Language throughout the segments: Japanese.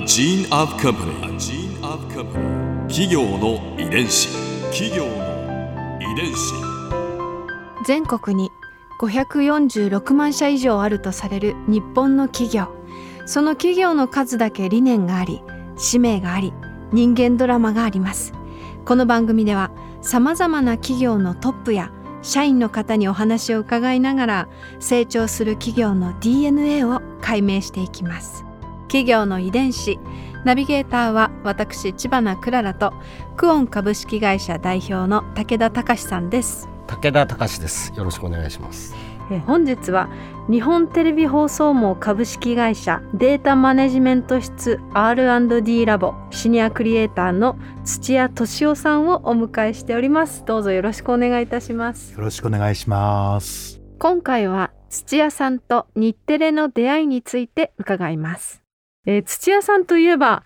gene of company. A gene of company. 企業の遺伝子。 全国に546万社以上あるとされる日本の企業。その企業の数だけ理念があり、使命があり、人間ドラマがあります。この番組ではさまざまな企業のトップや社員の方にお話を伺いながら、成長する企業の DNA を解明していきます。企業の遺伝子。ナビゲーターは私知花くららと、クオン株式会社代表の武田隆さんです。 武田隆です。よろしくお願いします。 本日は日本テレビ放送網株式会社データマネジメント室 R&D ラボシニアクリエイターの土屋俊夫さんをお迎えしております。どうぞよろしくお願いいたします。 よろしくお願いします。 今回は土屋さんと日テレの出会いについて伺います。土屋さんといえば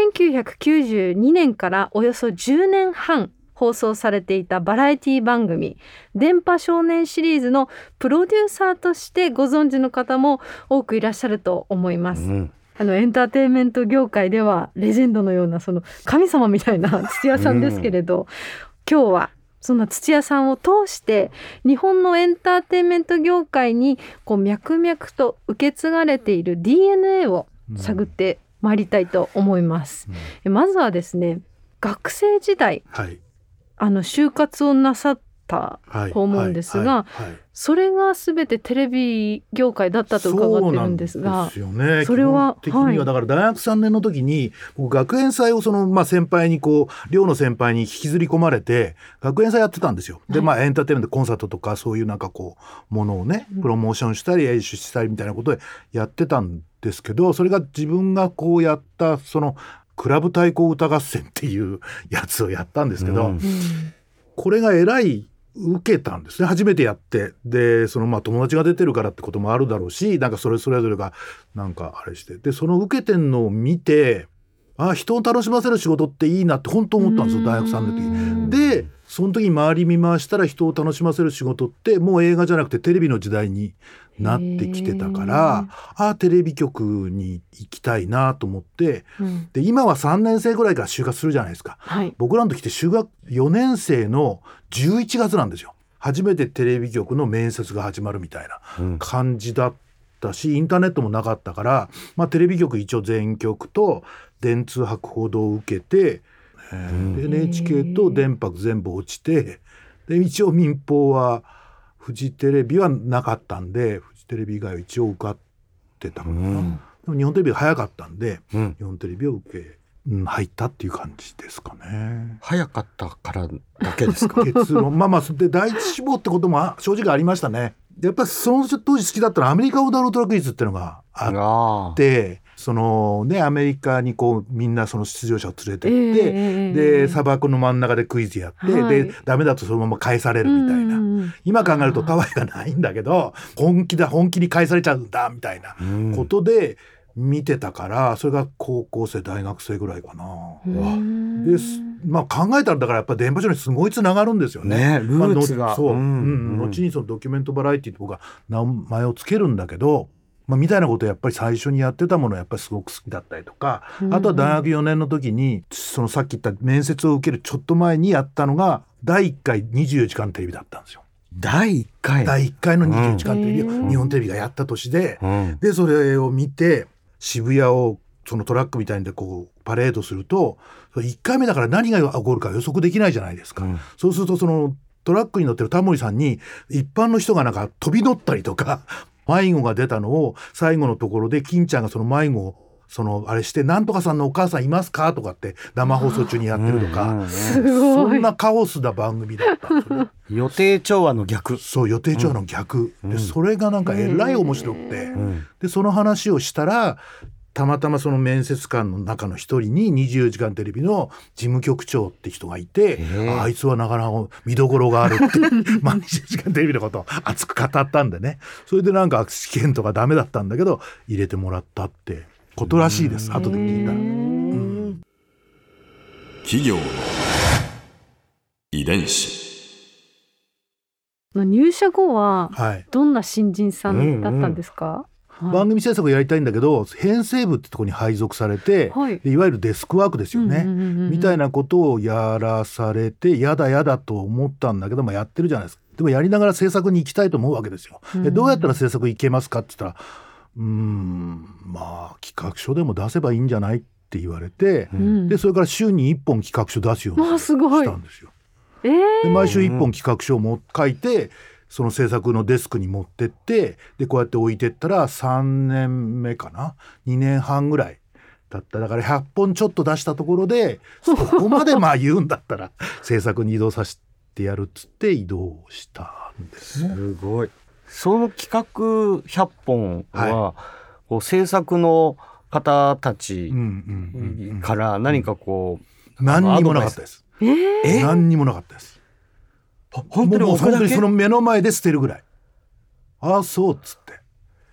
1992年からおよそ10年半放送されていたバラエティ番組電波少年シリーズのプロデューサーとしてご存知の方も多くいらっしゃると思います。エンターテインメント業界ではレジェンドのようなその神様みたいな土屋さんですけれど、今日はそんな土屋さんを通して日本のエンターテインメント業界に脈々と受け継がれている DNA を探ってまいりたいと思います。まずはですね、学生時代、就活をなさったと思うんですが、それが全てテレビ業界だったと伺ってるんですが、 そうなんですよね。 それは基本的にはだから大学3年の時に僕学園祭を先輩に寮の先輩に引きずり込まれて学園祭やってたんですよ。でエンターテインメントコンサートとかそういうものをねプロモーションしたり演出したりみたいなことでやってたんですけど、それが自分がやったクラブ対抗歌合戦っていうやつをやったんですけど、これがえらい受けたんですね。初めてやって、で友達が出てるからってこともあるだろうし、それぞれがあれして、でその受けてんのを見て、人を楽しませる仕事っていいなって本当思ったんですよ、大学3年の時で。その時に周り見回したら、人を楽しませる仕事ってもう映画じゃなくてテレビの時代になってきてたから、テレビ局に行きたいなと思って、で今は3年生ぐらいから就活するじゃないですか、僕らの時って就学4年生の11月なんですよ。初めてテレビ局の面接が始まるみたいな感じだったし、インターネットもなかったから、テレビ局一応全局と電通博報堂を受けて、NHK と電波全部落ちて、で一応民放はフジテレビはなかったんで、フジテレビ以外は一応受かってたかな、でも日本テレビが早かったんで、日本テレビを受け、入ったっていう感じですかね。 早かったからだけですか？ 結論で第一志望ってことも正直ありましたね。やっぱりその当時好きだったのはアメリカ横断ウルトラクイズっていうのがあって、アメリカにみんな出場者を連れてって、で砂漠の真ん中でクイズやって、でダメだとそのまま返されるみたいな、今考えるとたわいがないんだけど、本気に返されちゃうんだみたいなことで見てたから、それが高校生大学生ぐらいかな。で考えたらだからやっぱ電波少年にすごいつながるんですよね。 ルーツが、 後にドキュメントバラエティって僕は名前をつけるんだけど、みたいなことをやっぱり最初にやってたものはやっぱりすごく好きだったりとか、あとは大学4年の時にさっき言った面接を受けるちょっと前にやったのが第1回24時間テレビだったんですよ。 第1回の24時間テレビを日本テレビがやった年で、でそれを見て渋谷をトラックみたいでパレードすると、1回目だから何が起こるか予測できないじゃないですか、そうするとトラックに乗ってるタモリさんに一般の人が飛び乗ったりとか迷子が出たのを最後のところで金ちゃんが迷子をあれして、なんとかさんのお母さんいますかとかって生放送中にやってるとか、そんなカオスな番組だった予定調和の逆。 そう、予定調和の逆、でそれがえらい面白くて、でその話をしたら、たまたま面接官の中の一人に24時間テレビの事務局長って人がいて、あいつはなかなか見どころがあるって24時間テレビのことを熱く語ったんでね、それで試験とかダメだったんだけど入れてもらったってことらしいです。後で聞いたら。 企業の遺伝子。 入社後はどんな新人さんだったんですか？ 番組制作をやりたいんだけど編成部ってとこに配属されて、いわゆるデスクワークですよね、みたいなことをやらされてやだと思ったんだけど、やってるじゃないですか。でもやりながら制作に行きたいと思うわけですよ。どうやったら制作行けますかって言ったら企画書でも出せばいいんじゃないって言われて、でそれから週に1本企画書出すようにしたんですよ。で毎週1本企画書を書いてその制作のデスクに持ってってでこうやって置いてったら3年目かな2年半ぐらいだった。だから100本ちょっと出したところでそこまで言うんだったら制作に移動させてやるっつって移動したんですね。 すごい。その企画100本は、こう制作の方たちから何かこう何にもなかったです。何にもなかったです。本当にその目の前で捨てるぐらい。そうっつって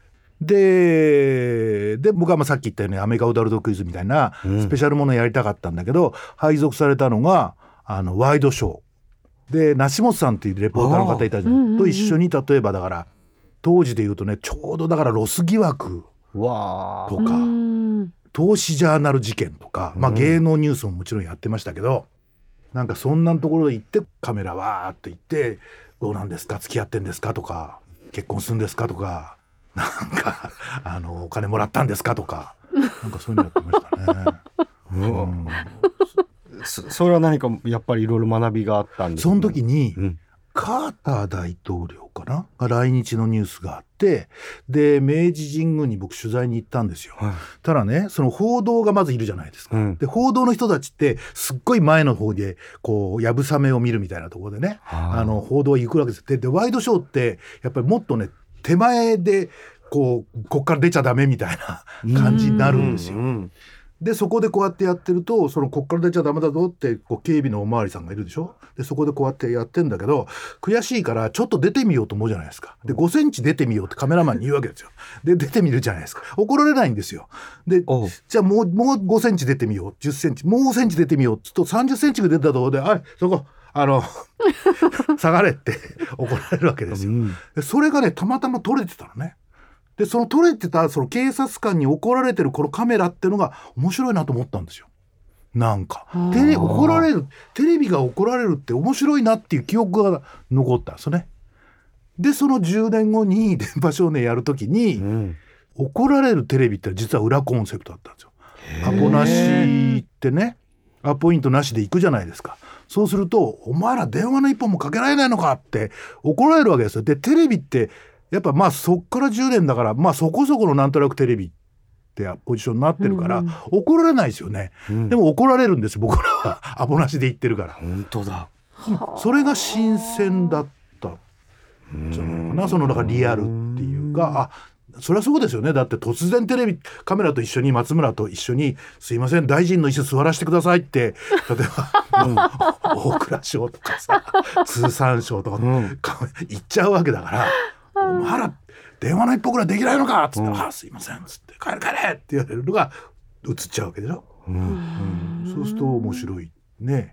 で僕はさっき言ったようにアメリカオダルドクイズみたいなスペシャルものやりたかったんだけど、配属されたのがワイドショーで梨本さんっていうレポーターの方いたじゃん、と一緒に例えばだから当時で言うとねちょうどだからロス疑惑とか投資ジャーナル事件とか、芸能ニュースももちろんやってましたけど、なんかそんなところで行ってカメラわーって行ってどうなんですか付き合ってんですかとか結婚するんですかとかなんかお金もらったんですかとかなんかそういうのやってましたね。 それは何かやっぱりいろいろ学びがあったんですか。 その時に、カーター大統領かなが来日のニュースがあってで明治神宮に僕取材に行ったんですよ、ただねその報道がまずいるじゃないですか、で報道の人たちってすっごい前の方でこうやぶさめを見るみたいなところでね、報道行くわけです。でワイドショーってやっぱりもっとね手前でこっから出ちゃダメみたいな感じになるんですよ、でそこでこうやってやってるとこっから出ちゃダメだぞって警備のおまわりさんがいるでしょ。でそこでこうやってやってんだけど悔しいからちょっと出てみようと思うじゃないですか。で5センチ出てみようってカメラマンに言うわけですよ。で出てみるじゃないですか。怒られないんですよ。でじゃあもう5センチ出てみよう10センチもう5センチ出てみようって言うと30センチが出たところでそこ下がれって怒られるわけですよ、でそれがねたまたま撮れてたのね。でその撮れてたその警察官に怒られてるこのカメラっていうのが面白いなと思ったんですよ。なんかテレビが怒られるって面白いなっていう記憶が残ったんですよね。でその10年後に電波少年やるときに、怒られるテレビって実は裏コンセプトだったんですよ。アポなしってねアポイントなしで行くじゃないですか。そうするとお前ら電話の一本もかけられないのかって怒られるわけですよ。でテレビってやっぱそっから10年だからそこそこのなんとなくテレビってポジションになってるから、怒られないですよね、でも怒られるんです僕らはアポなしで言ってるから。 本当だ。 それが新鮮だったんじゃないかな。だからリアルっていうかそれはそうですよね。だって突然テレビカメラと一緒に松村と一緒にすいません大臣の椅子座らせてくださいって例えば大蔵省とかさ通産省とか言っちゃうわけだからお前ら電話の一歩ぐらいできないのかっつって、すいませんっつって帰れって言われるのが映っちゃうわけでしょ、そうすると面白いね、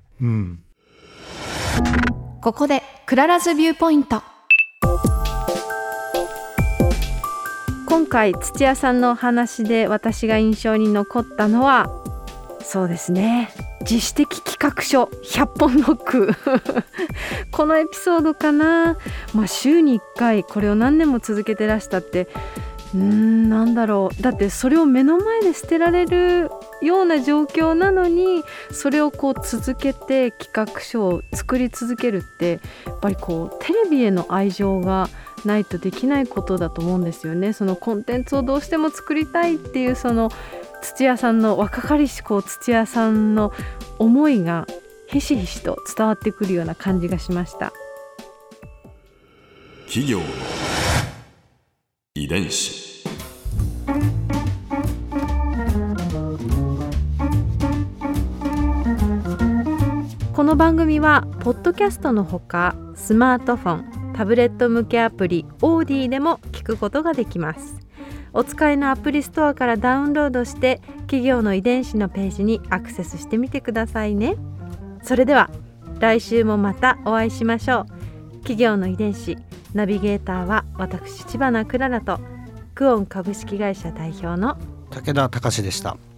ここでクララズビューポイント。今回土屋さんのお話で私が印象に残ったのはそうですね自主的企画書100本ノックこのエピソードかな。週に1回これを何年も続けてらしたってなんだろう。だってそれを目の前で捨てられるような状況なのにそれを続けて企画書を作り続けるってやっぱりテレビへの愛情がないとできないことだと思うんですよね。そのコンテンツをどうしても作りたいっていうその土屋さんの若かりし土屋さんの思いがひしひしと伝わってくるような感じがしました。 企業の遺伝子。 この番組はポッドキャストのほかスマートフォン、タブレット向けアプリオーディでも聞くことができます。お使いのアプリストアからダウンロードして企業の遺伝子のページにアクセスしてみてくださいね。それでは来週もまたお会いしましょう。企業の遺伝子ナビゲーターは私知花くららとクオン株式会社代表の武田隆でした。